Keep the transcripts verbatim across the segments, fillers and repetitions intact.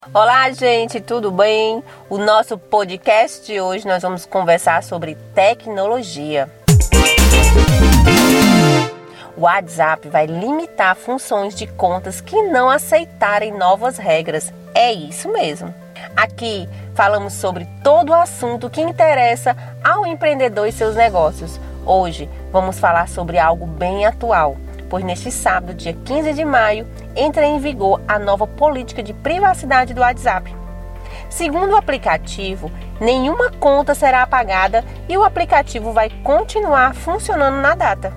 Olá, gente, tudo bem? O nosso podcast de hoje nós vamos conversar sobre tecnologia. O WhatsApp vai limitar funções de contas que não aceitarem novas regras. É isso mesmo. Aqui falamos sobre todo o assunto que interessa ao empreendedor e seus negócios. Hoje vamos falar sobre algo bem atual, pois neste sábado, dia quinze de maio, entra em vigor a nova política de privacidade do WhatsApp. Segundo o aplicativo, nenhuma conta será apagada e o aplicativo vai continuar funcionando na data.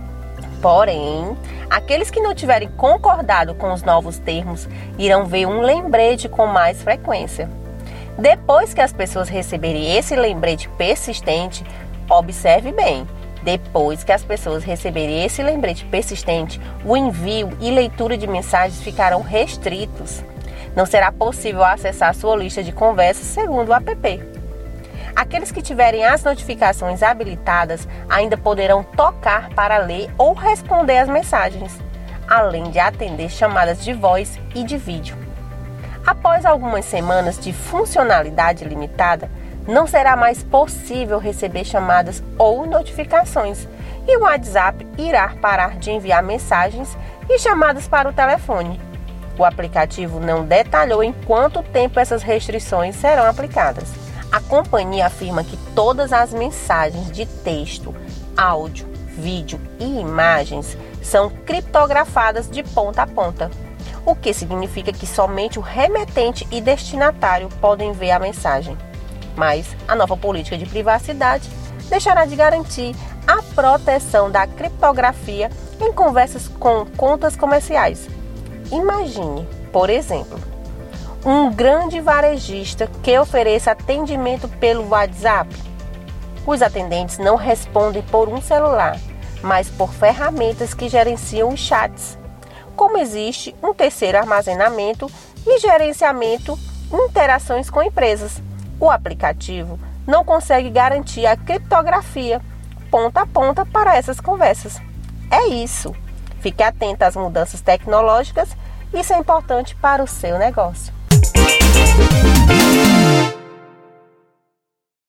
Porém, aqueles que não tiverem concordado com os novos termos irão ver um lembrete com mais frequência. Depois que as pessoas receberem esse lembrete persistente, observe bem. Depois que as pessoas receberem esse lembrete persistente, o envio e leitura de mensagens ficarão restritos. Não será possível acessar a sua lista de conversas segundo o app. Aqueles que tiverem as notificações habilitadas ainda poderão tocar para ler ou responder as mensagens, além de atender chamadas de voz e de vídeo. Após algumas semanas de funcionalidade limitada, não será mais possível receber chamadas ou notificações e o WhatsApp irá parar de enviar mensagens e chamadas para o telefone. O aplicativo não detalhou em quanto tempo essas restrições serão aplicadas. A companhia afirma que todas as mensagens de texto, áudio, vídeo e imagens são criptografadas de ponta a ponta, o que significa que somente o remetente e destinatário podem ver a mensagem. Mas a nova política de privacidade deixará de garantir a proteção da criptografia em conversas com contas comerciais. Imagine, por exemplo, um grande varejista que ofereça atendimento pelo WhatsApp. Os atendentes não respondem por um celular, mas por ferramentas que gerenciam os chats. Como existe um terceiro armazenamento e gerenciamento e interações com empresas, o aplicativo não consegue garantir a criptografia ponta a ponta para essas conversas. É isso. Fique atento às mudanças tecnológicas, isso é importante para o seu negócio.